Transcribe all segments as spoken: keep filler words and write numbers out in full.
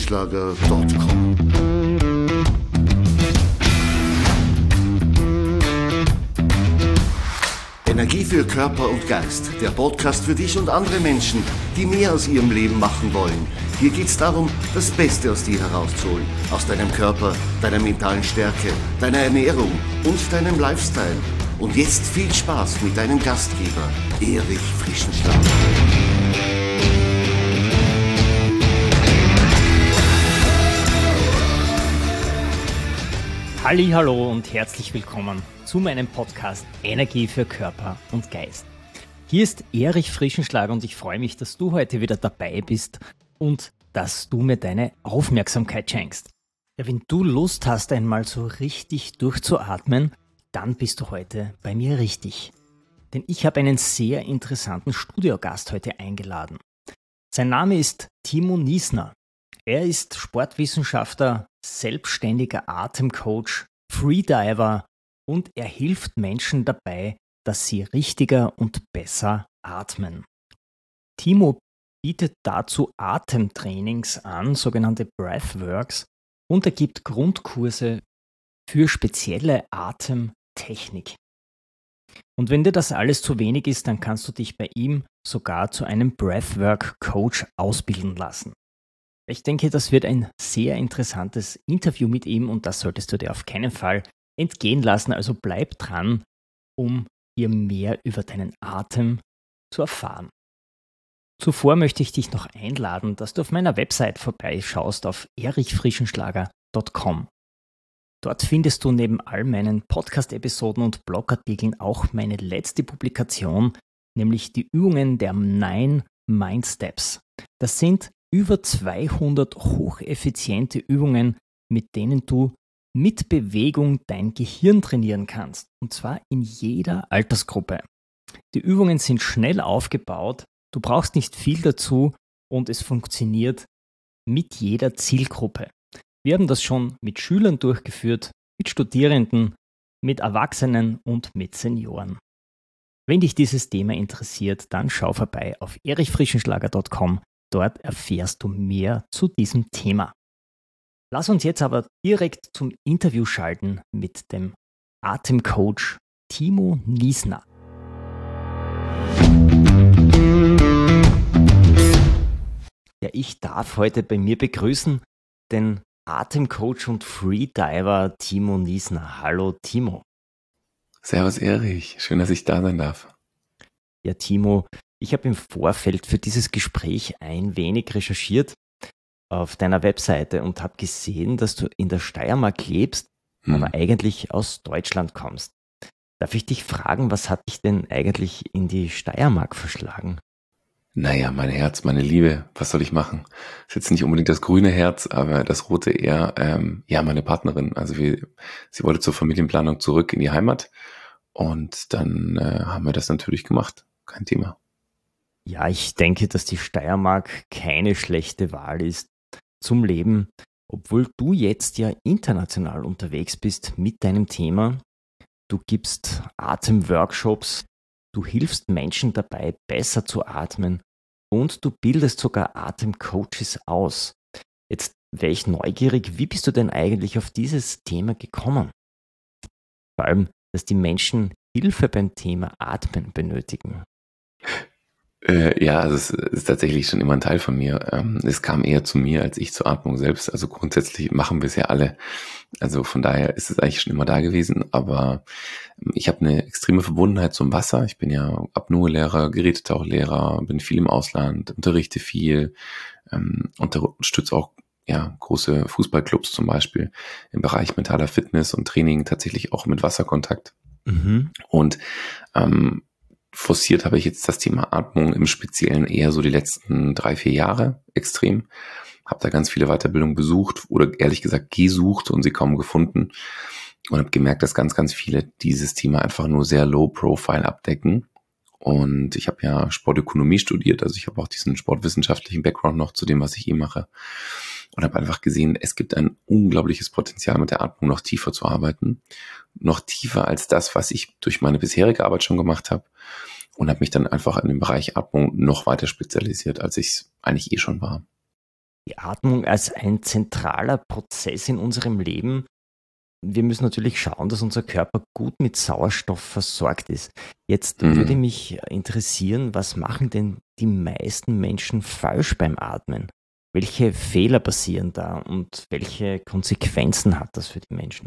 frischenschlager punkt com. Energie für Körper und Geist. Der Podcast für dich und andere Menschen, die mehr aus ihrem Leben machen wollen. Hier geht es darum, das Beste aus dir herauszuholen. Aus deinem Körper, deiner mentalen Stärke, deiner Ernährung und deinem Lifestyle. Und jetzt viel Spaß mit deinem Gastgeber, Erich Frischenschlager. Hallihallo und herzlich willkommen zu meinem Podcast Energie für Körper und Geist. Hier ist Erich Frischenschlager und ich freue mich, dass du heute wieder dabei bist und dass du mir deine Aufmerksamkeit schenkst. Ja, wenn du Lust hast, einmal so richtig durchzuatmen, dann bist du heute bei mir richtig. Denn ich habe einen sehr interessanten Studiogast heute eingeladen. Sein Name ist Timo Niesner. Er ist Sportwissenschaftler, selbstständiger Atemcoach, Freediver und er hilft Menschen dabei, dass sie richtiger und besser atmen. Timo bietet dazu Atemtrainings an, sogenannte Breathworks, und er gibt Grundkurse für spezielle Atemtechnik. Und wenn dir das alles zu wenig ist, dann kannst du dich bei ihm sogar zu einem Breathwork-Coach ausbilden lassen. Ich denke, das wird ein sehr interessantes Interview mit ihm und das solltest du dir auf keinen Fall entgehen lassen. Also bleib dran, um hier mehr über deinen Atem zu erfahren. Zuvor möchte ich dich noch einladen, dass du auf meiner Website vorbeischaust auf erich frischenschlager punkt com. Dort findest du neben all meinen Podcast-Episoden und Blogartikeln auch meine letzte Publikation, nämlich die Übungen der Nine Mind Steps. Das sind über zweihundert hocheffiziente Übungen, mit denen du mit Bewegung dein Gehirn trainieren kannst. Und zwar in jeder Altersgruppe. Die Übungen sind schnell aufgebaut, du brauchst nicht viel dazu und es funktioniert mit jeder Zielgruppe. Wir haben das schon mit Schülern durchgeführt, mit Studierenden, mit Erwachsenen und mit Senioren. Wenn dich dieses Thema interessiert, dann schau vorbei auf erich frischenschlager punkt com. Dort erfährst du mehr zu diesem Thema. Lass uns jetzt aber direkt zum Interview schalten mit dem Atemcoach Timo Niesner. Ja, ich darf heute bei mir begrüßen den Atemcoach und Freediver Timo Niesner. Hallo Timo. Servus Erich, schön, dass ich da sein darf. Ja, Timo, ich habe im Vorfeld für dieses Gespräch ein wenig recherchiert auf deiner Webseite und habe gesehen, dass du in der Steiermark lebst, hm. aber eigentlich aus Deutschland kommst. Darf ich dich fragen, was hat dich denn eigentlich in die Steiermark verschlagen? Naja, mein Herz, meine Liebe, was soll ich machen? Ist jetzt nicht unbedingt das grüne Herz, aber das rote eher, ähm, ja, meine Partnerin. Also wir, sie wollte zur Familienplanung zurück in die Heimat und dann äh, haben wir das natürlich gemacht. Kein Thema. Ja, ich denke, dass die Steiermark keine schlechte Wahl ist zum Leben, obwohl du jetzt ja international unterwegs bist mit deinem Thema. Du gibst Atemworkshops, du hilfst Menschen dabei, besser zu atmen und du bildest sogar Atemcoaches aus. Jetzt wäre ich neugierig, wie bist du denn eigentlich auf dieses Thema gekommen? Vor allem, dass die Menschen Hilfe beim Thema Atmen benötigen. Äh, ja, also es ist tatsächlich schon immer ein Teil von mir. Ähm, es kam eher zu mir als ich zur Atmung selbst. Also grundsätzlich machen wir es ja alle. Also von daher ist es eigentlich schon immer da gewesen. Aber ich habe eine extreme Verbundenheit zum Wasser. Ich bin ja Apnoe-Lehrer, Gerätetauchlehrer, bin viel im Ausland, unterrichte viel, ähm, unterstütze auch ja große Fußballclubs zum Beispiel im Bereich mentaler Fitness und Training tatsächlich auch mit Wasserkontakt. Mhm. Und ähm, forciert habe ich jetzt das Thema Atmung im Speziellen eher so die letzten drei, vier Jahre extrem. Habe da ganz viele Weiterbildungen besucht oder ehrlich gesagt gesucht und sie kaum gefunden. Und habe gemerkt, dass ganz, ganz viele dieses Thema einfach nur sehr low profile abdecken. Und ich habe ja Sportökonomie studiert, also ich habe auch diesen sportwissenschaftlichen Background noch zu dem, was ich eh mache. Und habe einfach gesehen, es gibt ein unglaubliches Potenzial, mit der Atmung noch tiefer zu arbeiten. Noch tiefer als das, was ich durch meine bisherige Arbeit schon gemacht habe. Und habe mich dann einfach in dem Bereich Atmung noch weiter spezialisiert, als ich es eigentlich eh schon war. die Atmung als ein zentraler Prozess in unserem Leben. Wir müssen natürlich schauen, dass unser Körper gut mit Sauerstoff versorgt ist. Jetzt Mhm. würde mich interessieren, was machen denn die meisten Menschen falsch beim Atmen? Welche Fehler passieren da und welche Konsequenzen hat das für die Menschen?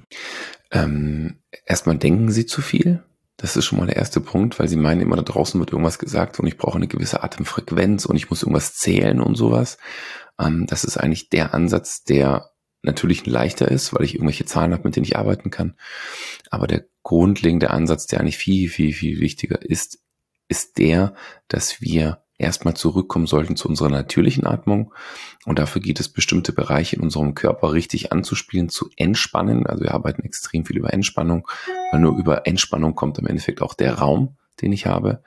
Ähm, erstmal denken sie zu viel. Das ist schon mal der erste Punkt, weil sie meinen immer, da draußen wird irgendwas gesagt und ich brauche eine gewisse Atemfrequenz und ich muss irgendwas zählen und sowas. Ähm, das ist eigentlich der Ansatz, der natürlich leichter ist, weil ich irgendwelche Zahlen habe, mit denen ich arbeiten kann. Aber der grundlegende Ansatz, der eigentlich viel, viel, viel wichtiger ist, ist der, dass wir erstmal zurückkommen sollten zu unserer natürlichen Atmung. Und dafür geht es, bestimmte Bereiche in unserem Körper richtig anzuspielen, zu entspannen. Also wir arbeiten extrem viel über Entspannung, weil nur über Entspannung kommt im Endeffekt auch der Raum, den ich habe.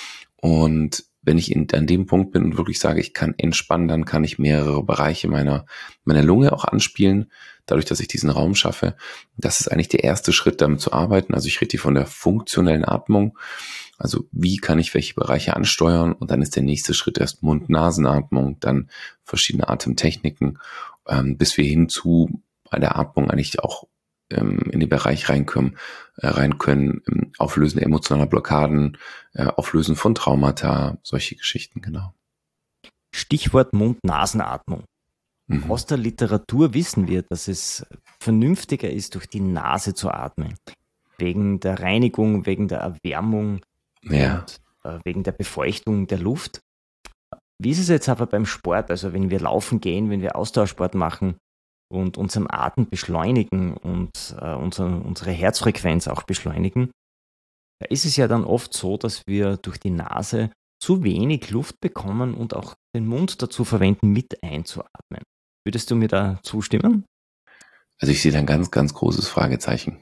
Und wenn ich in, an dem Punkt bin und wirklich sage, ich kann entspannen, dann kann ich mehrere Bereiche meiner, meiner Lunge auch anspielen, dadurch, dass ich diesen Raum schaffe. Das ist eigentlich der erste Schritt, damit zu arbeiten. Also ich rede hier von der funktionellen Atmung. Also wie kann ich welche Bereiche ansteuern? Und dann ist der nächste Schritt erst Mund-Nasen-Atmung, dann verschiedene Atemtechniken, ähm, bis wir hin zu bei der Atmung eigentlich auch ähm, in den Bereich rein können, äh, rein können ähm, Auflösen emotionaler Blockaden, äh, Auflösen von Traumata, solche Geschichten, genau. Stichwort Mund-Nasen-Atmung. Mhm. Aus der Literatur wissen wir, dass es vernünftiger ist, durch die Nase zu atmen. Wegen der Reinigung, wegen der Erwärmung Ja. und äh, wegen der Befeuchtung der Luft. Wie ist es jetzt aber beim Sport? Also wenn wir laufen gehen, wenn wir Ausdauersport machen und unseren Atem beschleunigen und äh, unser, unsere Herzfrequenz auch beschleunigen, da ist es ja dann oft so, dass wir durch die Nase zu wenig Luft bekommen und auch den Mund dazu verwenden, mit einzuatmen. Würdest du mir da zustimmen? Also ich sehe da ein ganz, ganz großes Fragezeichen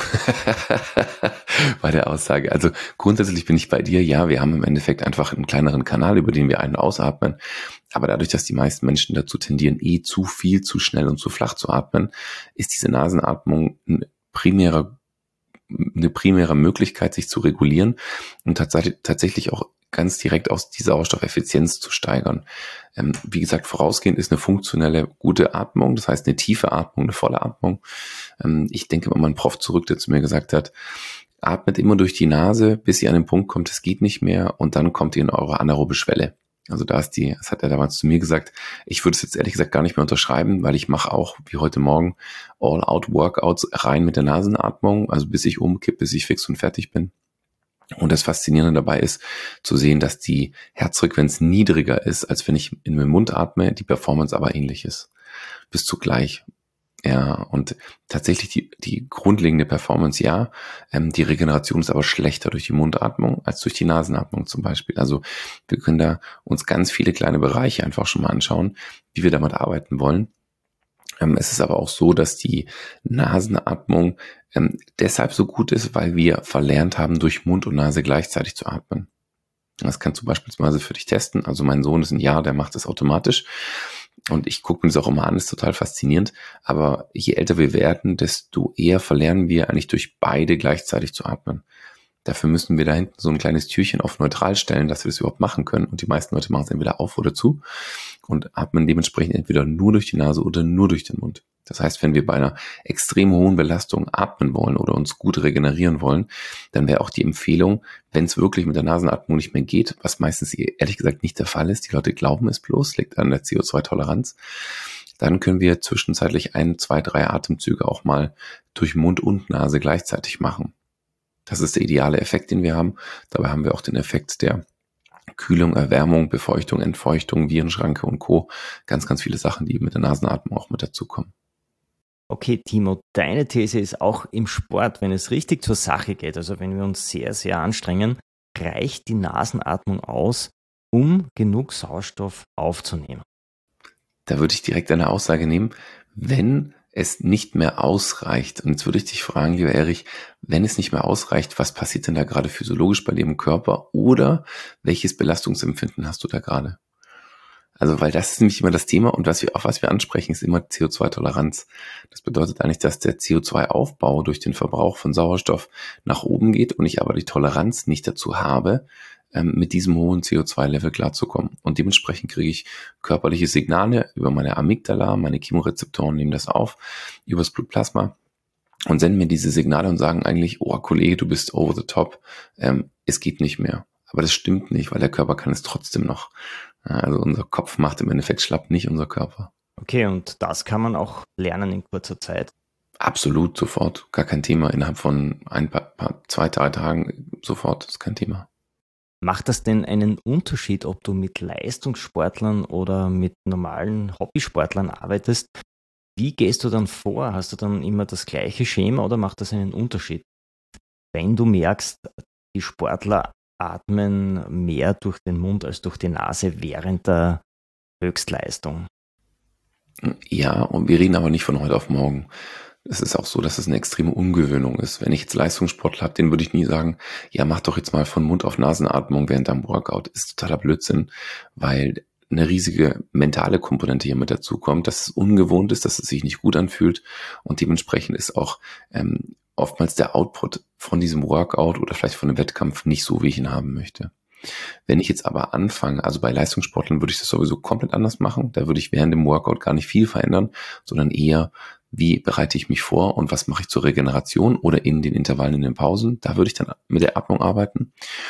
bei der Aussage. Also grundsätzlich bin ich bei dir, ja, wir haben im Endeffekt einfach einen kleineren Kanal, über den wir ein- und ausatmen. Aber dadurch, dass die meisten Menschen dazu tendieren, eh zu viel, zu schnell und zu flach zu atmen, ist diese Nasenatmung ein primärer eine primäre Möglichkeit, sich zu regulieren und tatsächlich, tatsächlich auch ganz direkt aus die Sauerstoffeffizienz zu steigern. Ähm, wie gesagt, vorausgehend ist eine funktionelle, gute Atmung, das heißt eine tiefe Atmung, eine volle Atmung. Ähm, ich denke immer, mein Prof zurück, der zu mir gesagt hat, atmet immer durch die Nase, bis ihr an den Punkt kommt, es geht nicht mehr und dann kommt ihr in eure anaerobe Schwelle. Also da ist die, das hat er damals zu mir gesagt, ich würde es jetzt ehrlich gesagt gar nicht mehr unterschreiben, weil ich mache auch, wie heute Morgen, All-Out-Workouts rein mit der Nasenatmung, also bis ich umkippe, bis ich fix und fertig bin. Und das Faszinierende dabei ist, zu sehen, dass die Herzfrequenz niedriger ist, als wenn ich in den Mund atme, die Performance aber ähnlich ist. Bis zu gleich. Ja, und tatsächlich die, die grundlegende Performance, ja, ähm, die Regeneration ist aber schlechter durch die Mundatmung als durch die Nasenatmung zum Beispiel. Also wir können da uns ganz viele kleine Bereiche einfach schon mal anschauen, wie wir damit arbeiten wollen. Ähm, es ist aber auch so, dass die Nasenatmung ähm, deshalb so gut ist, weil wir verlernt haben, durch Mund und Nase gleichzeitig zu atmen. Das kannst du beispielsweise für dich testen. Also mein Sohn ist ein Jahr, der macht das automatisch. Und ich gucke mir das auch immer an, ist total faszinierend. Aber je älter wir werden, desto eher verlernen wir eigentlich durch beide gleichzeitig zu atmen. Dafür müssen wir da hinten so ein kleines Türchen auf neutral stellen, dass wir das überhaupt machen können. Und die meisten Leute machen es entweder auf oder zu und atmen dementsprechend entweder nur durch die Nase oder nur durch den Mund. Das heißt, wenn wir bei einer extrem hohen Belastung atmen wollen oder uns gut regenerieren wollen, dann wäre auch die Empfehlung, wenn es wirklich mit der Nasenatmung nicht mehr geht, was meistens ehrlich gesagt nicht der Fall ist, die Leute glauben es bloß, liegt an der C O zwei Toleranz, dann können wir zwischenzeitlich ein, zwei, drei Atemzüge auch mal durch Mund und Nase gleichzeitig machen. Das ist der ideale Effekt, den wir haben. Dabei haben wir auch den Effekt der Kühlung, Erwärmung, Befeuchtung, Entfeuchtung, Virenschranke und Co. Ganz, ganz viele Sachen, die mit der Nasenatmung auch mit dazukommen. Okay, Timo, deine These ist auch im Sport, wenn es richtig zur Sache geht, also wenn wir uns sehr, sehr anstrengen, reicht die Nasenatmung aus, um genug Sauerstoff aufzunehmen. Da würde ich direkt eine Aussage nehmen, wenn es nicht mehr ausreicht. Und jetzt würde ich dich fragen, lieber Erich, wenn es nicht mehr ausreicht, was passiert denn da gerade physiologisch bei dir im Körper oder welches Belastungsempfinden hast du da gerade? Also, weil das ist nämlich immer das Thema und was wir, auf was wir ansprechen, ist immer C O zwei Toleranz. Das bedeutet eigentlich, dass der C O zwei Aufbau durch den Verbrauch von Sauerstoff nach oben geht und ich aber die Toleranz nicht dazu habe, ähm, mit diesem hohen C O zwei Level klarzukommen. Und dementsprechend kriege ich körperliche Signale über meine Amygdala, meine Chemorezeptoren nehmen das auf, übers Blutplasma und senden mir diese Signale und sagen eigentlich, oh Kollege, du bist over the top, ähm, es geht nicht mehr. Aber das stimmt nicht, weil der Körper kann es trotzdem noch. Also unser Kopf macht im Endeffekt schlapp, nicht unser Körper. Okay, und das kann man auch lernen in kurzer Zeit? Absolut, sofort. Gar kein Thema. Innerhalb von ein paar, paar zwei, drei Tagen sofort, ist kein Thema. Macht das denn einen Unterschied, ob du mit Leistungssportlern oder mit normalen Hobbysportlern arbeitest? Wie gehst du dann vor? Hast du dann immer das gleiche Schema oder macht das einen Unterschied? Wenn du merkst, die Sportler atmen mehr durch den Mund als durch die Nase während der Höchstleistung. Ja, und wir reden aber nicht von heute auf morgen. Es ist auch so, dass es eine extreme Ungewöhnung ist. Wenn ich jetzt Leistungssportler habe, den würde ich nie sagen, ja, mach doch jetzt mal von Mund auf Nasenatmung während deinem Workout. Ist totaler Blödsinn, weil eine riesige mentale Komponente hier mit dazu kommt, dass es ungewohnt ist, dass es sich nicht gut anfühlt und dementsprechend ist auch ähm, oftmals der Output von diesem Workout oder vielleicht von einem Wettkampf nicht so, wie ich ihn haben möchte. Wenn ich jetzt aber anfange, also bei Leistungssportlern würde ich das sowieso komplett anders machen, da würde ich während dem Workout gar nicht viel verändern, sondern eher, wie bereite ich mich vor und was mache ich zur Regeneration oder in den Intervallen in den Pausen, da würde ich dann mit der Atmung arbeiten.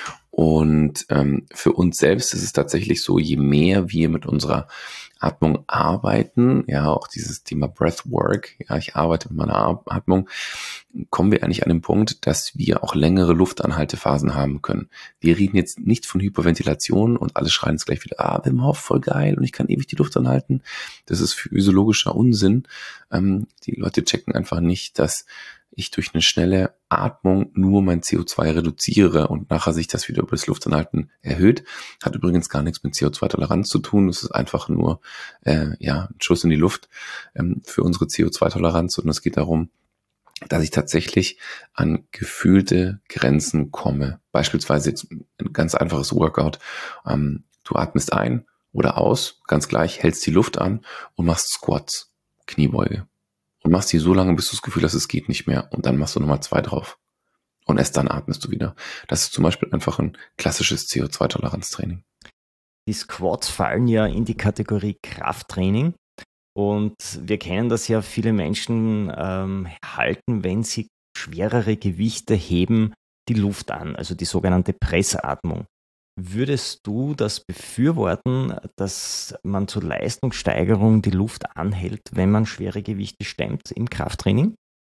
Und ähm, für uns selbst ist es tatsächlich so, je mehr wir mit unserer Atmung arbeiten, ja, auch dieses Thema Breathwork, ja, ich arbeite mit meiner Atmung, kommen wir eigentlich an den Punkt, dass wir auch längere Luftanhaltephasen haben können. Wir reden jetzt nicht von Hyperventilation und alle schreien jetzt gleich wieder, ah, Wim Hof, voll geil und ich kann ewig die Luft anhalten. Das ist physiologischer Unsinn. Ähm, die Leute checken einfach nicht, dass ich durch eine schnelle Atmung nur mein C O zwei reduziere und nachher sich das wieder über das Luftanhalten erhöht. Hat übrigens gar nichts mit C O zwei Toleranz zu tun. Es ist einfach nur äh, ja, ein Schuss in die Luft ähm, für unsere C O zwei Toleranz. Und es geht darum, dass ich tatsächlich an gefühlte Grenzen komme. Beispielsweise jetzt ein ganz einfaches Workout. Ähm, du atmest ein oder aus, ganz gleich, hältst die Luft an und machst Squats, Kniebeuge. Und machst die so lange, bis du das Gefühl hast, es geht nicht mehr. Und dann machst du nochmal zwei drauf. Und erst dann atmest du wieder. Das ist zum Beispiel einfach ein klassisches C O zwei Toleranztraining. Die Squats fallen ja in die Kategorie Krafttraining. Und wir kennen das ja, viele Menschen ähm, halten, wenn sie schwerere Gewichte heben, die Luft an, also die sogenannte Pressatmung. Würdest du das befürworten, dass man zur Leistungssteigerung die Luft anhält, wenn man schwere Gewichte stemmt im Krafttraining?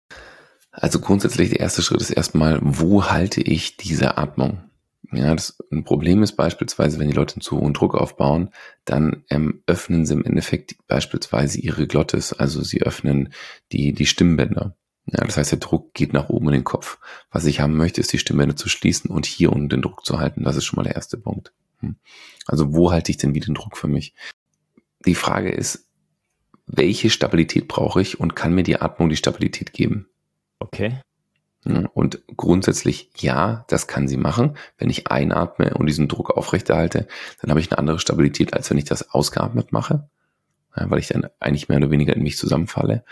Also grundsätzlich der erste Schritt ist erstmal, wo halte ich diese Atmung? Ja, das ein Problem ist beispielsweise, wenn die Leute einen zu hohen Druck aufbauen, dann ähm, öffnen sie im Endeffekt beispielsweise ihre Glottis, also sie öffnen die, die Stimmbänder. Ja, das heißt, der Druck geht nach oben in den Kopf. Was ich haben möchte, ist die Stimmbänder zu schließen und hier unten den Druck zu halten. Das ist schon mal der erste Punkt. Also wo halte ich denn wieder den Druck für mich? Die Frage ist, welche Stabilität brauche ich und kann mir die Atmung die Stabilität geben? Okay. Und grundsätzlich, ja, das kann sie machen. Wenn ich einatme und diesen Druck aufrechterhalte, dann habe ich eine andere Stabilität, als wenn ich das ausgeatmet mache, ja, weil ich dann eigentlich mehr oder weniger in mich zusammenfalle.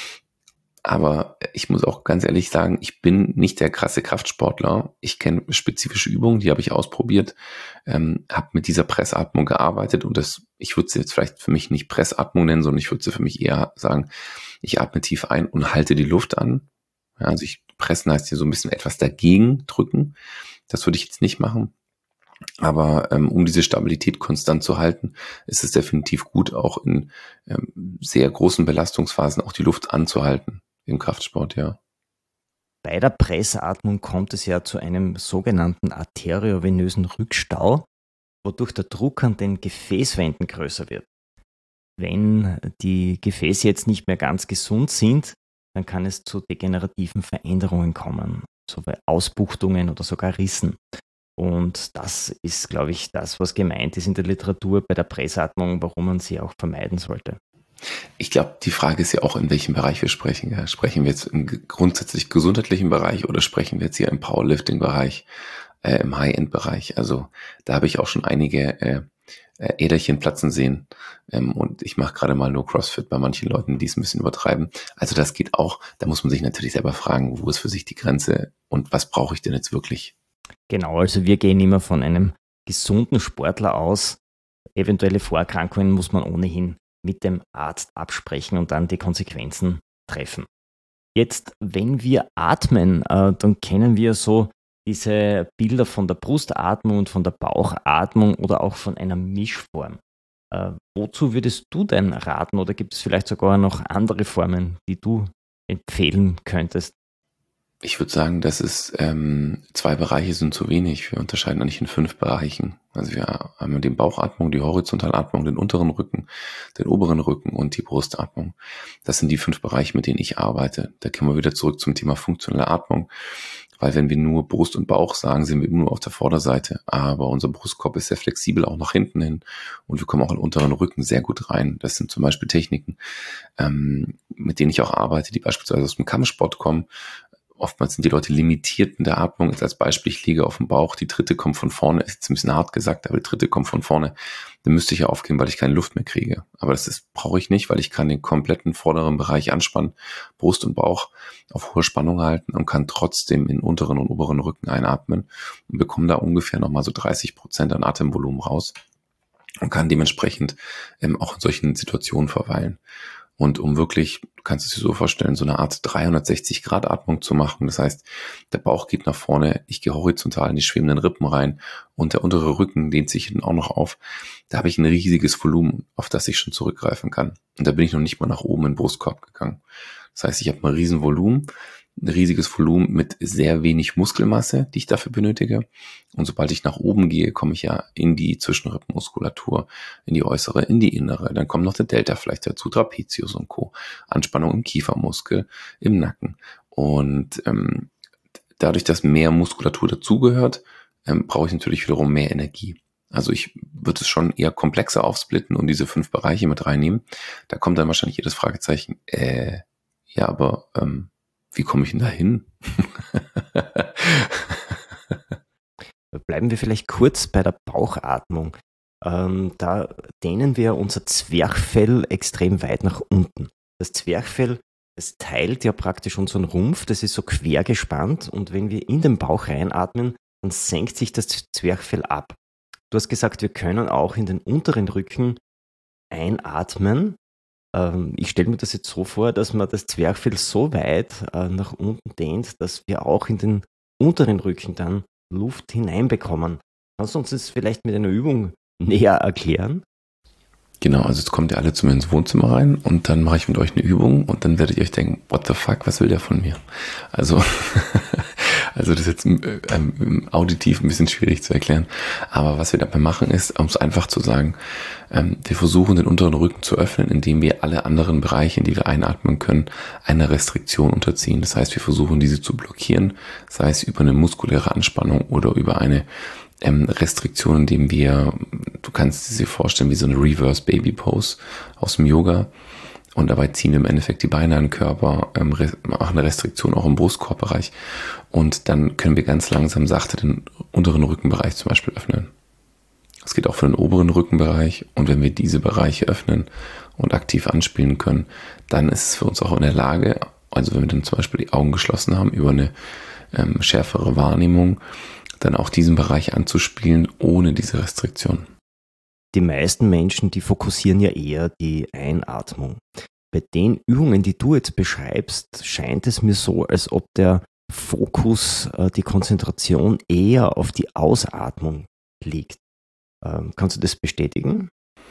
Aber ich muss auch ganz ehrlich sagen, ich bin nicht der krasse Kraftsportler. Ich kenne spezifische Übungen, die habe ich ausprobiert, ähm, habe mit dieser Pressatmung gearbeitet und das, ich würde sie jetzt vielleicht für mich nicht Pressatmung nennen, sondern ich würde sie für mich eher sagen, ich atme tief ein und halte die Luft an. Ja, also ich pressen heißt hier so ein bisschen etwas dagegen drücken. Das würde ich jetzt nicht machen. Aber ähm, um diese Stabilität konstant zu halten, ist es definitiv gut, auch in ähm, sehr großen Belastungsphasen auch die Luft anzuhalten im Kraftsport, ja. Bei der Pressatmung kommt es ja zu einem sogenannten arteriovenösen Rückstau, wodurch der Druck an den Gefäßwänden größer wird. Wenn die Gefäße jetzt nicht mehr ganz gesund sind, dann kann es zu degenerativen Veränderungen kommen, so bei Ausbuchtungen oder sogar Rissen. Und das ist, glaube ich, das, was gemeint ist in der Literatur bei der Pressatmung, warum man sie auch vermeiden sollte. Ich glaube, die Frage ist ja auch, in welchem Bereich wir sprechen. Ja, sprechen wir jetzt im grundsätzlich gesundheitlichen Bereich oder sprechen wir jetzt hier im Powerlifting-Bereich, äh, im High-End-Bereich? Also da habe ich auch schon einige äh, äh, Äderchen platzen sehen. Ähm, und ich mache gerade mal nur CrossFit bei manchen Leuten, die es ein bisschen übertreiben. Also das geht auch. Da muss man sich natürlich selber fragen, wo ist für sich die Grenze und was brauche ich denn jetzt wirklich? Genau, also wir gehen immer von einem gesunden Sportler aus. Eventuelle Vorerkrankungen muss man ohnehin mit dem Arzt absprechen und dann die Konsequenzen treffen. Jetzt, wenn wir atmen, äh, dann kennen wir so diese Bilder von der Brustatmung und von der Bauchatmung oder auch von einer Mischform. Äh, wozu würdest du denn raten oder gibt es vielleicht sogar noch andere Formen, die du empfehlen könntest? Ich würde sagen, dass es ähm, zwei Bereiche sind zu wenig. Wir unterscheiden eigentlich in fünf Bereichen. Also wir haben die Bauchatmung, die Horizontalatmung, den unteren Rücken, den oberen Rücken und die Brustatmung. Das sind die fünf Bereiche, mit denen ich arbeite. Da kommen wir wieder zurück zum Thema funktionelle Atmung. Weil wenn wir nur Brust und Bauch sagen, sind wir immer nur auf der Vorderseite. Aber unser Brustkorb ist sehr flexibel, auch nach hinten hin. Und wir kommen auch in den unteren Rücken sehr gut rein. Das sind zum Beispiel Techniken, ähm, mit denen ich auch arbeite, die beispielsweise aus dem Kampfsport kommen. Oftmals sind die Leute limitiert in der Atmung. Jetzt als Beispiel, ich liege auf dem Bauch, die dritte kommt von vorne, ist jetzt ein bisschen hart gesagt, aber die dritte kommt von vorne. Dann müsste ich ja aufgeben, weil ich keine Luft mehr kriege. Aber das ist, brauche ich nicht, weil ich kann den kompletten vorderen Bereich anspannen, Brust und Bauch auf hohe Spannung halten und kann trotzdem in unteren und oberen Rücken einatmen und bekomme da ungefähr nochmal so dreißig Prozent an Atemvolumen raus und kann dementsprechend ähm, auch in solchen Situationen verweilen. Und um wirklich, du kannst es dir so vorstellen, so eine Art dreihundertsechzig Grad Atmung zu machen. Das heißt, der Bauch geht nach vorne, ich gehe horizontal in die schwebenden Rippen rein und der untere Rücken dehnt sich dann auch noch auf. Da habe ich ein riesiges Volumen, auf das ich schon zurückgreifen kann. Und da bin ich noch nicht mal nach oben in den Brustkorb gegangen. Das heißt, ich habe ein riesen Volumen, ein riesiges Volumen mit sehr wenig Muskelmasse, die ich dafür benötige. Und sobald ich nach oben gehe, komme ich ja in die Zwischenrippenmuskulatur, in die äußere, in die innere. Dann kommt noch der Delta vielleicht dazu, Trapezius und Co. Anspannung im Kiefermuskel, im Nacken. Und ähm, dadurch, dass mehr Muskulatur dazugehört, ähm, brauche ich natürlich wiederum mehr Energie. Also ich würde es schon eher komplexer aufsplitten und diese fünf Bereiche mit reinnehmen. Da kommt dann wahrscheinlich jedes Fragezeichen, äh, ja, aber ähm, wie komme ich denn da hin? Bleiben wir vielleicht kurz bei der Bauchatmung. Ähm, da dehnen wir unser Zwerchfell extrem weit nach unten. Das Zwerchfell, das teilt ja praktisch unseren Rumpf, das ist so quer gespannt und wenn wir in den Bauch reinatmen, dann senkt sich das Zwerchfell ab. Du hast gesagt, wir können auch in den unteren Rücken einatmen. Ähm, ich stelle mir das jetzt so vor, dass man das Zwerchfell so weit äh, nach unten dehnt, dass wir auch in den unteren Rücken dann Luft hineinbekommen. Kannst du uns das vielleicht mit einer Übung näher erklären? Genau, also jetzt kommt ihr alle zu mir ins Wohnzimmer rein und dann mache ich mit euch eine Übung und dann werdet ihr euch denken, what the fuck, was will der von mir? Also, also das ist jetzt ähm, auditiv ein bisschen schwierig zu erklären, aber was wir dabei machen ist, um es einfach zu sagen, ähm, wir versuchen den unteren Rücken zu öffnen, indem wir alle anderen Bereiche, in die wir einatmen können, einer Restriktion unterziehen. Das heißt, wir versuchen diese zu blockieren, sei es über eine muskuläre Anspannung oder über eine Restriktion, indem wir, du kannst dir vorstellen, wie so eine Reverse Baby Pose aus dem Yoga und dabei ziehen wir im Endeffekt die Beine an den Körper, ähm, machen eine Restriktion auch im Brustkorbbereich und dann können wir ganz langsam sachte den unteren Rückenbereich zum Beispiel öffnen. Es geht auch für den oberen Rückenbereich und wenn wir diese Bereiche öffnen und aktiv anspielen können, dann ist es für uns auch in der Lage, also wenn wir dann zum Beispiel die Augen geschlossen haben, über eine ähm, schärfere Wahrnehmung, dann auch diesen Bereich anzuspielen, ohne diese Restriktion. Die meisten Menschen, die fokussieren ja eher die Einatmung. Bei den Übungen, die du jetzt beschreibst, scheint es mir so, als ob der Fokus, die Konzentration eher auf die Ausatmung liegt. Kannst du das bestätigen?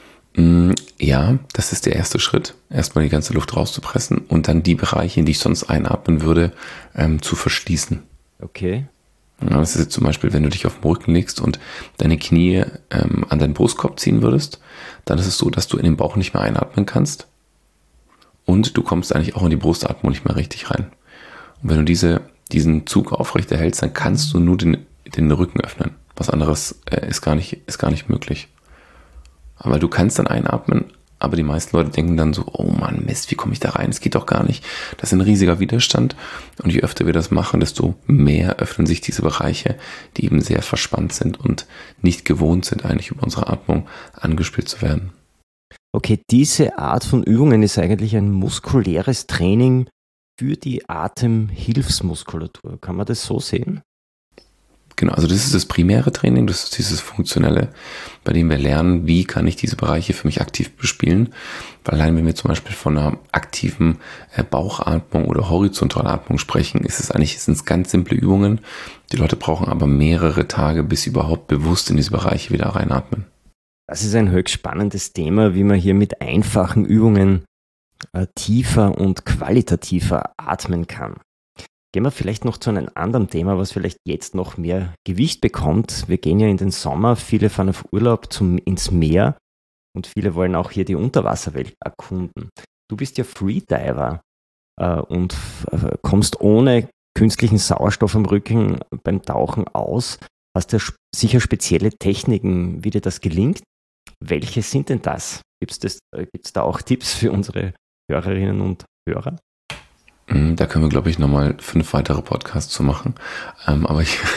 Ja, das ist der erste Schritt, erstmal die ganze Luft rauszupressen und dann die Bereiche, in die ich sonst einatmen würde, ähm, zu verschließen. Okay. Ja, das ist jetzt zum Beispiel, wenn du dich auf den Rücken legst und deine Knie ähm, an deinen Brustkorb ziehen würdest, dann ist es so, dass du in den Bauch nicht mehr einatmen kannst und du kommst eigentlich auch in die Brustatmung nicht mehr richtig rein. Und wenn du diese, diesen Zug aufrecht erhältst, dann kannst du nur den, den Rücken öffnen. Was anderes äh, ist gar nicht, ist gar nicht möglich. Aber du kannst dann einatmen, aber die meisten Leute denken dann so, oh Mann, Mist, wie komme ich da rein? Das geht doch gar nicht. Das ist ein riesiger Widerstand. Und je öfter wir das machen, desto mehr öffnen sich diese Bereiche, die eben sehr verspannt sind und nicht gewohnt sind, eigentlich über unsere Atmung angespielt zu werden. Okay, diese Art von Übungen ist eigentlich ein muskuläres Training für die Atemhilfsmuskulatur. Kann man das so sehen? Genau, also das ist das primäre Training, das ist dieses funktionelle, bei dem wir lernen, wie kann ich diese Bereiche für mich aktiv bespielen. Weil allein wenn wir zum Beispiel von einer aktiven Bauchatmung oder Horizontalatmung sprechen, ist es eigentlich, sind es ganz simple Übungen. Die Leute brauchen aber mehrere Tage, bis sie überhaupt bewusst in diese Bereiche wieder reinatmen. Das ist ein höchst spannendes Thema, wie man hier mit einfachen Übungen äh, tiefer und qualitativer atmen kann. Gehen wir vielleicht noch zu einem anderen Thema, was vielleicht jetzt noch mehr Gewicht bekommt. Wir gehen ja in den Sommer, viele fahren auf Urlaub zum, ins Meer und viele wollen auch hier die Unterwasserwelt erkunden. Du bist ja Freediver äh, und f- kommst ohne künstlichen Sauerstoff am Rücken beim Tauchen aus. Hast du sp- sicher spezielle Techniken, wie dir das gelingt? Welche sind denn das? Gibt es äh, gibt's da auch Tipps für unsere Hörerinnen und Hörer? Da können wir, glaube ich, nochmal fünf weitere Podcasts zu machen. Ähm, aber ich,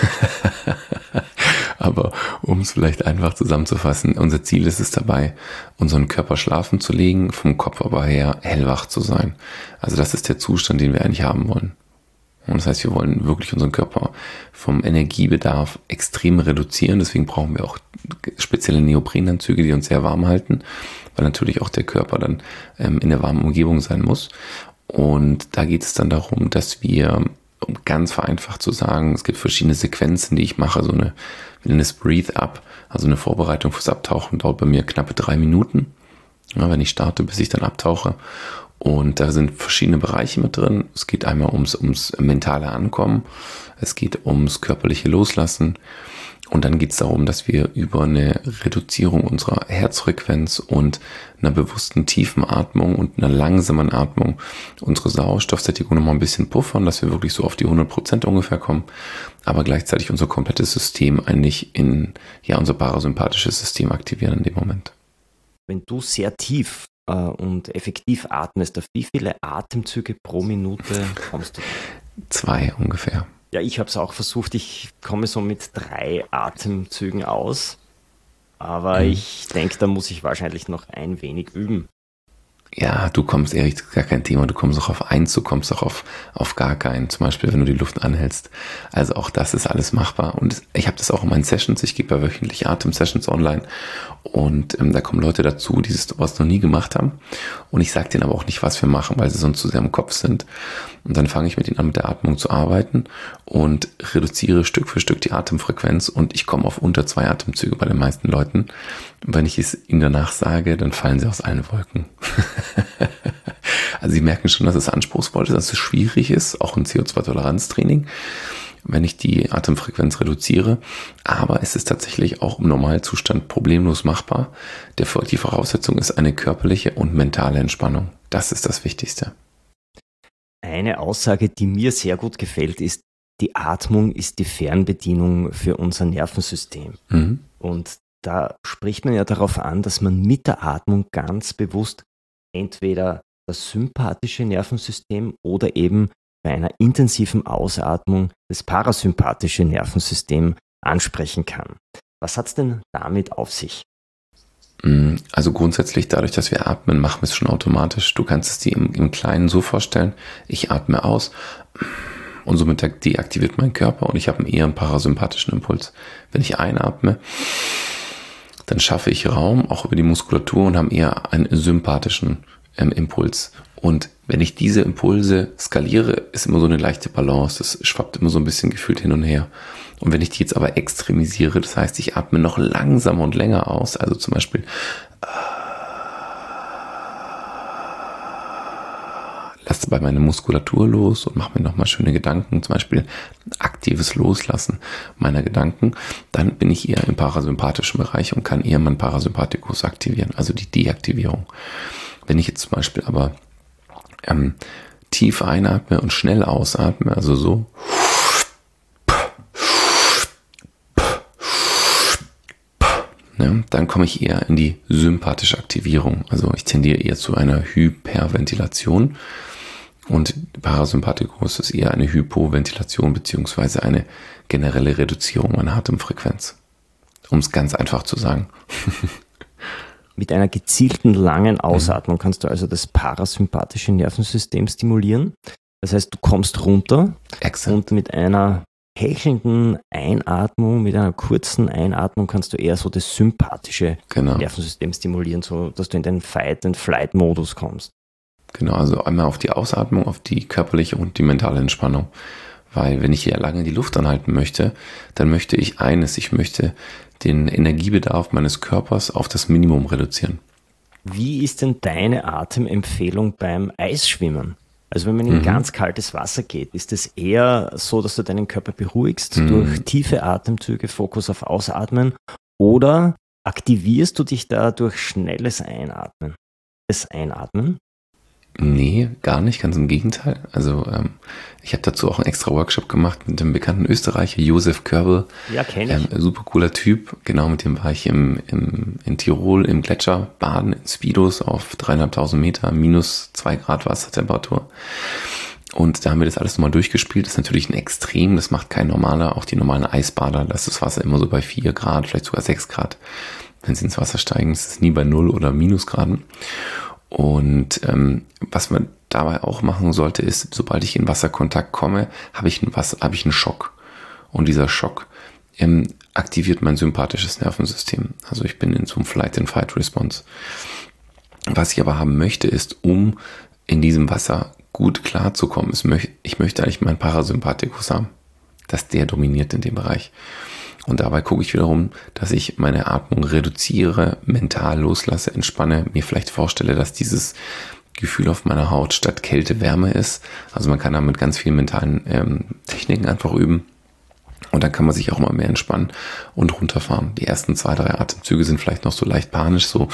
aber um es vielleicht einfach zusammenzufassen, unser Ziel ist es dabei, unseren Körper schlafen zu legen, vom Kopf aber her hellwach zu sein. Also das ist der Zustand, den wir eigentlich haben wollen. Und das heißt, wir wollen wirklich unseren Körper vom Energiebedarf extrem reduzieren. Deswegen brauchen wir auch spezielle Neoprenanzüge, die uns sehr warm halten, weil natürlich auch der Körper dann ähm, in der warmen Umgebung sein muss. Und da geht es dann darum, dass wir, um ganz vereinfacht zu sagen, es gibt verschiedene Sequenzen, die ich mache, so eine, wir nennen es Breathe Up, also eine Vorbereitung fürs Abtauchen, dauert bei mir knappe drei Minuten, ja, wenn ich starte, bis ich dann abtauche. Und da sind verschiedene Bereiche mit drin. Es geht einmal ums, ums mentale Ankommen, es geht ums körperliche Loslassen. Und dann geht es darum, dass wir über eine Reduzierung unserer Herzfrequenz und einer bewussten tiefen Atmung und einer langsamen Atmung unsere Sauerstoffsättigung nochmal ein bisschen puffern, dass wir wirklich so auf die hundert Prozent ungefähr kommen, aber gleichzeitig unser komplettes System eigentlich in, ja, unser parasympathisches System aktivieren in dem Moment. Wenn du sehr tief äh, und effektiv atmest, auf wie viele Atemzüge pro Minute kommst du? Zwei ungefähr. Ja, ich habe es auch versucht. Ich komme so mit drei Atemzügen aus. Aber mhm. ich denke, da muss ich wahrscheinlich noch ein wenig üben. Ja, du kommst, Erich, das ist gar kein Thema. Du kommst auch auf eins, du kommst auch auf, auf gar keinen. Zum Beispiel, wenn du die Luft anhältst. Also auch das ist alles machbar. Und ich habe das auch in meinen Sessions. Ich gebe ja wöchentlich Atem-Sessions online. Und ähm, da kommen Leute dazu, die sowas noch nie gemacht haben. Und ich sage denen aber auch nicht, was wir machen, weil sie sonst zu sehr im Kopf sind. Und dann fange ich mit ihnen an, mit der Atmung zu arbeiten und reduziere Stück für Stück die Atemfrequenz. Und ich komme auf unter zwei Atemzüge bei den meisten Leuten. Und wenn ich es ihnen danach sage, dann fallen sie aus allen Wolken. Also sie merken schon, dass es anspruchsvoll ist, dass es schwierig ist, auch ein C O zwei Toleranztraining, wenn ich die Atemfrequenz reduziere. Aber es ist tatsächlich auch im Normalzustand problemlos machbar. Die Voraussetzung ist eine körperliche und mentale Entspannung. Das ist das Wichtigste. Eine Aussage, die mir sehr gut gefällt, ist, die Atmung ist die Fernbedienung für unser Nervensystem. Mhm. Und da spricht man ja darauf an, dass man mit der Atmung ganz bewusst entweder das sympathische Nervensystem oder eben bei einer intensiven Ausatmung das parasympathische Nervensystem ansprechen kann. Was hat es denn damit auf sich? Also grundsätzlich dadurch, dass wir atmen, machen wir es schon automatisch. Du kannst es dir im, im Kleinen so vorstellen, ich atme aus und somit deaktiviert mein Körper und ich habe eher einen parasympathischen Impuls. Wenn ich einatme, dann schaffe ich Raum, auch über die Muskulatur und habe eher einen sympathischen ähm, Impuls. Und wenn ich diese Impulse skaliere, ist immer so eine leichte Balance. Das schwappt immer so ein bisschen gefühlt hin und her. Und wenn ich die jetzt aber extremisiere, das heißt, ich atme noch langsamer und länger aus, also zum Beispiel lasse bei meiner Muskulatur los und mache mir nochmal schöne Gedanken, zum Beispiel aktives Loslassen meiner Gedanken, dann bin ich eher im parasympathischen Bereich und kann eher meinen Parasympathikus aktivieren, also die Deaktivierung. Wenn ich jetzt zum Beispiel aber ähm, tief einatme und schnell ausatme, also so, ja, dann komme ich eher in die sympathische Aktivierung. Also ich tendiere eher zu einer Hyperventilation und Parasympathikus ist eher eine Hypoventilation beziehungsweise eine generelle Reduzierung meiner Atemfrequenz. Um es ganz einfach zu sagen. Mit einer gezielten langen Ausatmung kannst du also das parasympathische Nervensystem stimulieren. Das heißt, du kommst runter. Excellent. Und mit einer hechelnden Einatmung, mit einer kurzen Einatmung kannst du eher so das sympathische genau. Nervensystem stimulieren, so dass du in den Fight-and-Flight-Modus kommst. Genau, also einmal auf die Ausatmung, auf die körperliche und die mentale Entspannung. Weil wenn ich hier lange die Luft anhalten möchte, dann möchte ich eines, ich möchte den Energiebedarf meines Körpers auf das Minimum reduzieren. Wie ist denn deine Atemempfehlung beim Eisschwimmen? Also wenn man in mhm. ganz kaltes Wasser geht, ist es eher so, dass du deinen Körper beruhigst mhm. durch tiefe Atemzüge, Fokus auf Ausatmen, oder aktivierst du dich da durch schnelles Einatmen? Das Einatmen? Nee, gar nicht, ganz im Gegenteil. Also ähm, ich habe dazu auch einen extra Workshop gemacht mit dem bekannten Österreicher Josef Körbel. Ja, kenne ich. Ähm, super cooler Typ. Genau, mit dem war ich im, im, in Tirol im Gletscher baden, in Speedos auf dreieinhalbtausend Meter, minus zwei Grad Wassertemperatur. Und da haben wir das alles nochmal durchgespielt. Das ist natürlich ein Extrem, das macht kein normaler, auch die normalen Eisbader. Da ist das Wasser immer so bei vier Grad, vielleicht sogar sechs Grad. Wenn sie ins Wasser steigen, ist es nie bei null oder Minusgraden. Und ähm, was man dabei auch machen sollte, ist, sobald ich in Wasserkontakt komme, habe ich einen Wasser, habe ich einen Schock. Und dieser Schock ähm, aktiviert mein sympathisches Nervensystem. Also ich bin in so einem Flight-and-Fight-Response. Was ich aber haben möchte, ist, um in diesem Wasser gut klarzukommen, ist, ich möchte eigentlich meinen Parasympathikus haben, dass der dominiert in dem Bereich. Und dabei gucke ich wiederum, dass ich meine Atmung reduziere, mental loslasse, entspanne, mir vielleicht vorstelle, dass dieses Gefühl auf meiner Haut statt Kälte Wärme ist. Also man kann da mit ganz vielen mentalen ähm, Techniken einfach üben. Und dann kann man sich auch mal mehr entspannen und runterfahren. Die ersten zwei, drei Atemzüge sind vielleicht noch so leicht panisch, so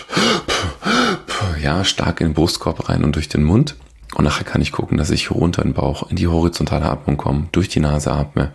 ja, stark in den Brustkorb rein und durch den Mund. Und nachher kann ich gucken, dass ich runter in den Bauch, in die horizontale Atmung komme, durch die Nase atme.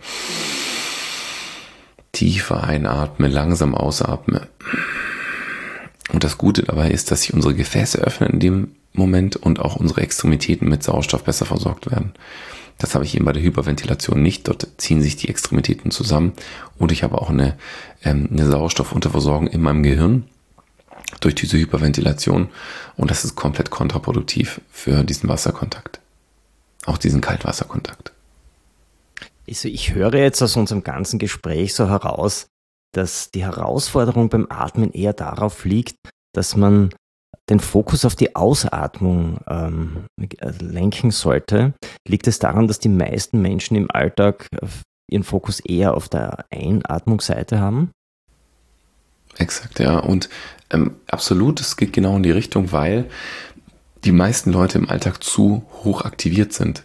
Tiefer einatme, langsam ausatme. Und das Gute dabei ist, dass sich unsere Gefäße öffnen in dem Moment und auch unsere Extremitäten mit Sauerstoff besser versorgt werden. Das habe ich eben bei der Hyperventilation nicht. Dort ziehen sich die Extremitäten zusammen. Und ich habe auch eine, ähm, eine Sauerstoffunterversorgung in meinem Gehirn durch diese Hyperventilation. Und das ist komplett kontraproduktiv für diesen Wasserkontakt. Auch diesen Kaltwasserkontakt. Also ich höre jetzt aus unserem ganzen Gespräch so heraus, dass die Herausforderung beim Atmen eher darauf liegt, dass man den Fokus auf die Ausatmung ähm, lenken sollte. Liegt es daran, dass die meisten Menschen im Alltag ihren Fokus eher auf der Einatmungsseite haben? Exakt, ja. Und ähm, absolut, es geht genau in die Richtung, weil die meisten Leute im Alltag zu hoch aktiviert sind.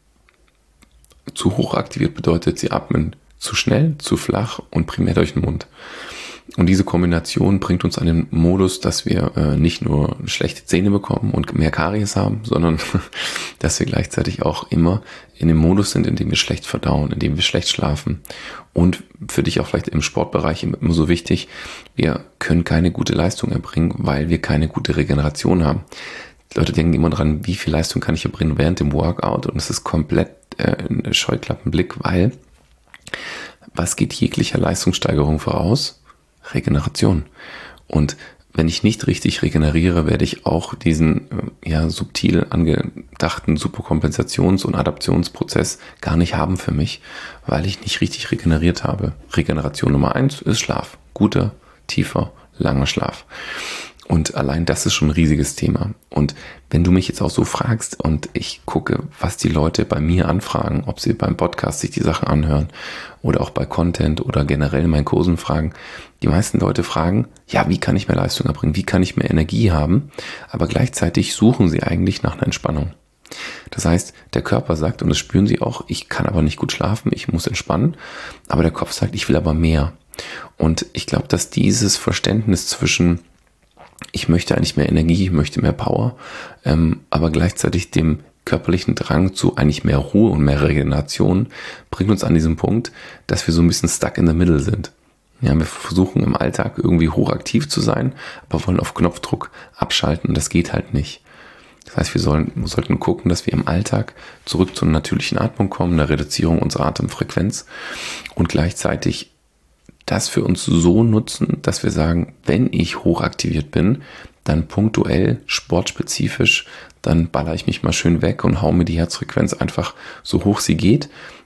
Zu hoch aktiviert bedeutet, sie atmen zu schnell, zu flach und primär durch den Mund. Und diese Kombination bringt uns an den Modus, dass wir äh, nicht nur schlechte Zähne bekommen und mehr Karies haben, sondern dass wir gleichzeitig auch immer in dem Modus sind, in dem wir schlecht verdauen, in dem wir schlecht schlafen. Und für dich auch vielleicht im Sportbereich immer so wichtig, wir können keine gute Leistung erbringen, weil wir keine gute Regeneration haben. Die Leute denken immer dran, wie viel Leistung kann ich erbringen während dem Workout, und es ist komplett äh, ein Scheuklappenblick, weil was geht jeglicher Leistungssteigerung voraus? Regeneration. Und wenn ich nicht richtig regeneriere, werde ich auch diesen ja subtil angedachten Superkompensations- und Adaptionsprozess gar nicht haben für mich, weil ich nicht richtig regeneriert habe. Regeneration Nummer eins ist Schlaf. Guter, tiefer, langer Schlaf. Und allein das ist schon ein riesiges Thema. Und wenn du mich jetzt auch so fragst und ich gucke, was die Leute bei mir anfragen, ob sie beim Podcast sich die Sachen anhören oder auch bei Content oder generell in meinen Kursen fragen, die meisten Leute fragen, ja, wie kann ich mehr Leistung erbringen, wie kann ich mehr Energie haben, aber gleichzeitig suchen sie eigentlich nach einer Entspannung. Das heißt, der Körper sagt, und das spüren sie auch, ich kann aber nicht gut schlafen, ich muss entspannen, aber der Kopf sagt, ich will aber mehr. Und ich glaube, dass dieses Verständnis zwischen ich möchte eigentlich mehr Energie, ich möchte mehr Power, ähm, aber gleichzeitig dem körperlichen Drang zu eigentlich mehr Ruhe und mehr Regeneration bringt uns an diesem Punkt, dass wir so ein bisschen stuck in the middle sind. Ja, wir versuchen im Alltag irgendwie hochaktiv zu sein, aber wollen auf Knopfdruck abschalten, und das geht halt nicht. Das heißt, wir, sollen, wir sollten gucken, dass wir im Alltag zurück zur natürlichen Atmung kommen, einer Reduzierung unserer Atemfrequenz, und gleichzeitig das für uns so nutzen, dass wir sagen, wenn ich hochaktiviert bin, dann punktuell, sportspezifisch, dann baller ich mich mal schön weg und hau mir die Herzfrequenz einfach so hoch sie geht,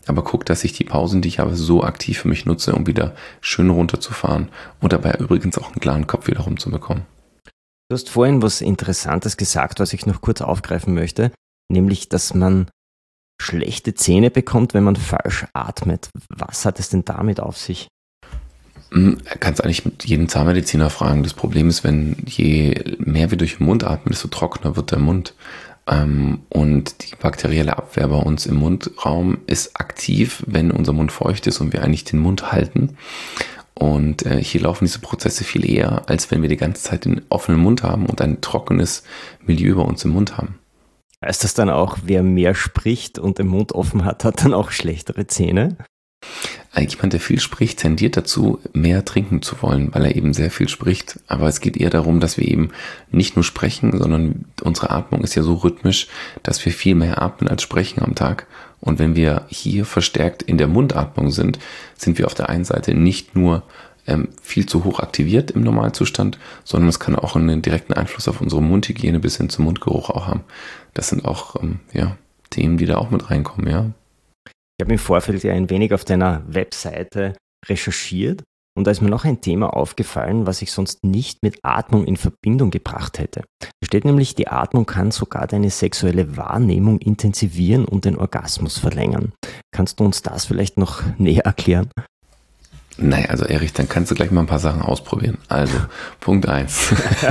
aber gucke, dass ich die Pausen, die ich habe, so aktiv für mich nutze, um wieder schön runterzufahren und dabei übrigens auch einen klaren Kopf wieder rumzubekommen. Du hast vorhin was Interessantes gesagt, was ich noch kurz aufgreifen möchte, nämlich, dass man schlechte Zähne bekommt, wenn man falsch atmet. Was hat es denn damit auf sich? Kannst eigentlich mit jedem Zahnmediziner fragen. Das Problem ist, wenn je mehr wir durch den Mund atmen, desto trockener wird der Mund. Und die bakterielle Abwehr bei uns im Mundraum ist aktiv, wenn unser Mund feucht ist und wir eigentlich den Mund halten. Und hier laufen diese Prozesse viel eher, als wenn wir die ganze Zeit den offenen Mund haben und ein trockenes Milieu bei uns im Mund haben. Heißt das dann auch, wer mehr spricht und den Mund offen hat, hat dann auch schlechtere Zähne? Jemand, der viel spricht, tendiert dazu, mehr trinken zu wollen, weil er eben sehr viel spricht. Aber es geht eher darum, dass wir eben nicht nur sprechen, sondern unsere Atmung ist ja so rhythmisch, dass wir viel mehr atmen als sprechen am Tag. Und wenn wir hier verstärkt in der Mundatmung sind, sind wir auf der einen Seite nicht nur ähm, viel zu hoch aktiviert im Normalzustand, sondern es kann auch einen direkten Einfluss auf unsere Mundhygiene bis hin zum Mundgeruch auch haben. Das sind auch ähm, ja, Themen, die da auch mit reinkommen, ja. Ich habe im Vorfeld ja ein wenig auf deiner Webseite recherchiert und da ist mir noch ein Thema aufgefallen, was ich sonst nicht mit Atmung in Verbindung gebracht hätte. Da steht nämlich, die Atmung kann sogar deine sexuelle Wahrnehmung intensivieren und den Orgasmus verlängern. Kannst du uns das vielleicht noch näher erklären? Naja, also Erich, dann kannst du gleich mal ein paar Sachen ausprobieren. Also, Punkt eins.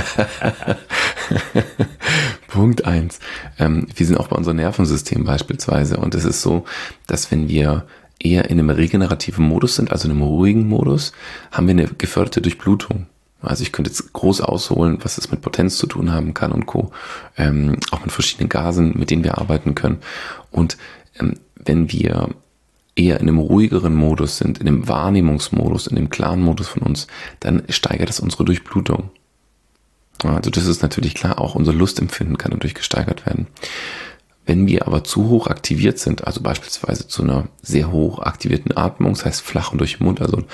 Punkt eins. Ähm, wir sind auch bei unserem Nervensystem beispielsweise und es ist so, dass wenn wir eher in einem regenerativen Modus sind, also in einem ruhigen Modus, haben wir eine geförderte Durchblutung. Also ich könnte jetzt groß ausholen, was es mit Potenz zu tun haben kann und Co. Ähm, auch mit verschiedenen Gasen, mit denen wir arbeiten können. Und ähm, wenn wir eher in einem ruhigeren Modus sind, in einem Wahrnehmungsmodus, in dem klaren Modus von uns, dann steigert das unsere Durchblutung. Also das ist natürlich klar, auch unser Lustempfinden kann dadurch gesteigert werden. Wenn wir aber zu hoch aktiviert sind, also beispielsweise zu einer sehr hoch aktivierten Atmung, das heißt flach und durch den Mund, also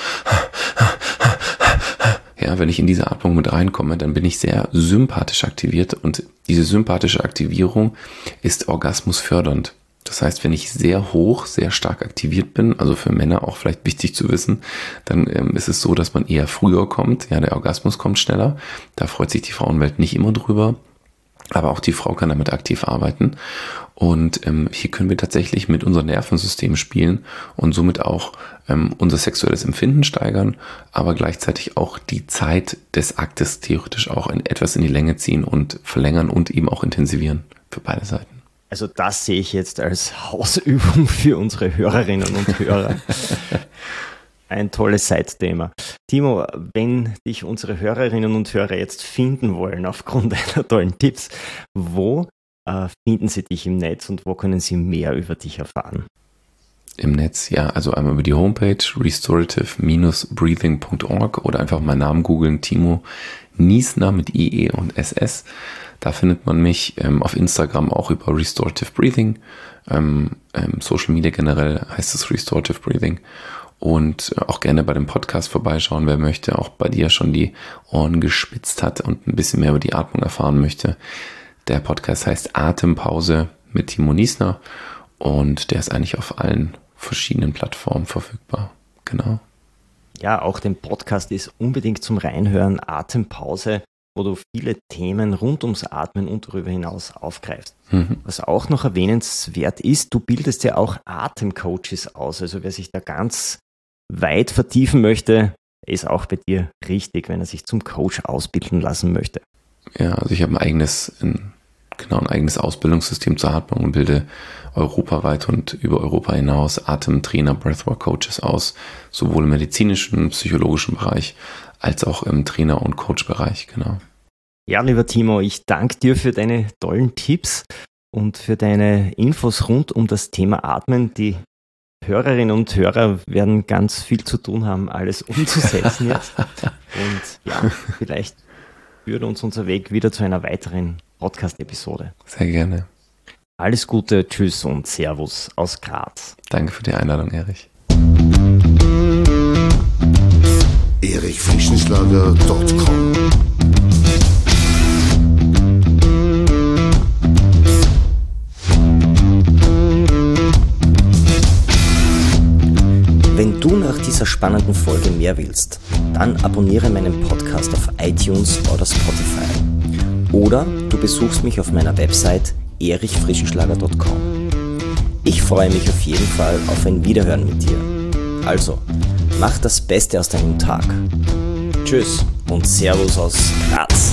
ja, wenn ich in diese Atmung mit reinkomme, dann bin ich sehr sympathisch aktiviert und diese sympathische Aktivierung ist orgasmusfördernd. Das heißt, wenn ich sehr hoch, sehr stark aktiviert bin, also für Männer auch vielleicht wichtig zu wissen, dann ähm, ist es so, dass man eher früher kommt. Ja, der Orgasmus kommt schneller. Da freut sich die Frauenwelt nicht immer drüber. Aber auch die Frau kann damit aktiv arbeiten. Und ähm, hier können wir tatsächlich mit unserem Nervensystem spielen und somit auch ähm, unser sexuelles Empfinden steigern, aber gleichzeitig auch die Zeit des Aktes theoretisch auch in, etwas in die Länge ziehen und verlängern und eben auch intensivieren für beide Seiten. Also das sehe ich jetzt als Hausübung für unsere Hörerinnen und Hörer. Ein tolles Side-Thema. Timo, wenn dich unsere Hörerinnen und Hörer jetzt finden wollen aufgrund deiner tollen Tipps, wo äh, finden sie dich im Netz und wo können sie mehr über dich erfahren? Im Netz, ja, also einmal über die Homepage restorative Bindestrich breathing Punkt org oder einfach meinen Namen googeln, Timo Niesner mit I E und S S. Da findet man mich ähm, auf Instagram auch über Restorative Breathing. Ähm, ähm, Social Media generell heißt es Restorative Breathing. Und auch gerne bei dem Podcast vorbeischauen, wer möchte, auch bei dir schon die Ohren gespitzt hat und ein bisschen mehr über die Atmung erfahren möchte. Der Podcast heißt Atempause mit Timo Niesner und der ist eigentlich auf allen verschiedenen Plattformen verfügbar. Genau. Ja, auch den Podcast ist unbedingt zum Reinhören, Atempause, wo du viele Themen rund ums Atmen und darüber hinaus aufgreifst. Mhm. Was auch noch erwähnenswert ist, du bildest ja auch Atemcoaches aus. Also wer sich da ganz weit vertiefen möchte, ist auch bei dir richtig, wenn er sich zum Coach ausbilden lassen möchte. Ja, also ich habe ein eigenes, ein, genau ein eigenes Ausbildungssystem zur Atmung und bilde europaweit und über Europa hinaus Atemtrainer, Breathwork-Coaches aus, sowohl im medizinischen, psychologischen Bereich als auch im Trainer- und Coach-Bereich, genau. Ja, lieber Timo, ich danke dir für deine tollen Tipps und für deine Infos rund um das Thema Atmen. Die Hörerinnen und Hörer werden ganz viel zu tun haben, alles umzusetzen jetzt. Und ja, vielleicht führt uns unser Weg wieder zu einer weiteren Podcast-Episode. Sehr gerne. Alles Gute, tschüss und Servus aus Graz. Danke für die Einladung, Erich. erich frischenschlager Punkt com dieser spannenden Folge mehr willst, dann abonniere meinen Podcast auf iTunes oder Spotify. Oder du besuchst mich auf meiner Website erich frischenschlager punkt com. Ich freue mich auf jeden Fall auf ein Wiederhören mit dir. Also, mach das Beste aus deinem Tag. Tschüss und Servus aus Graz.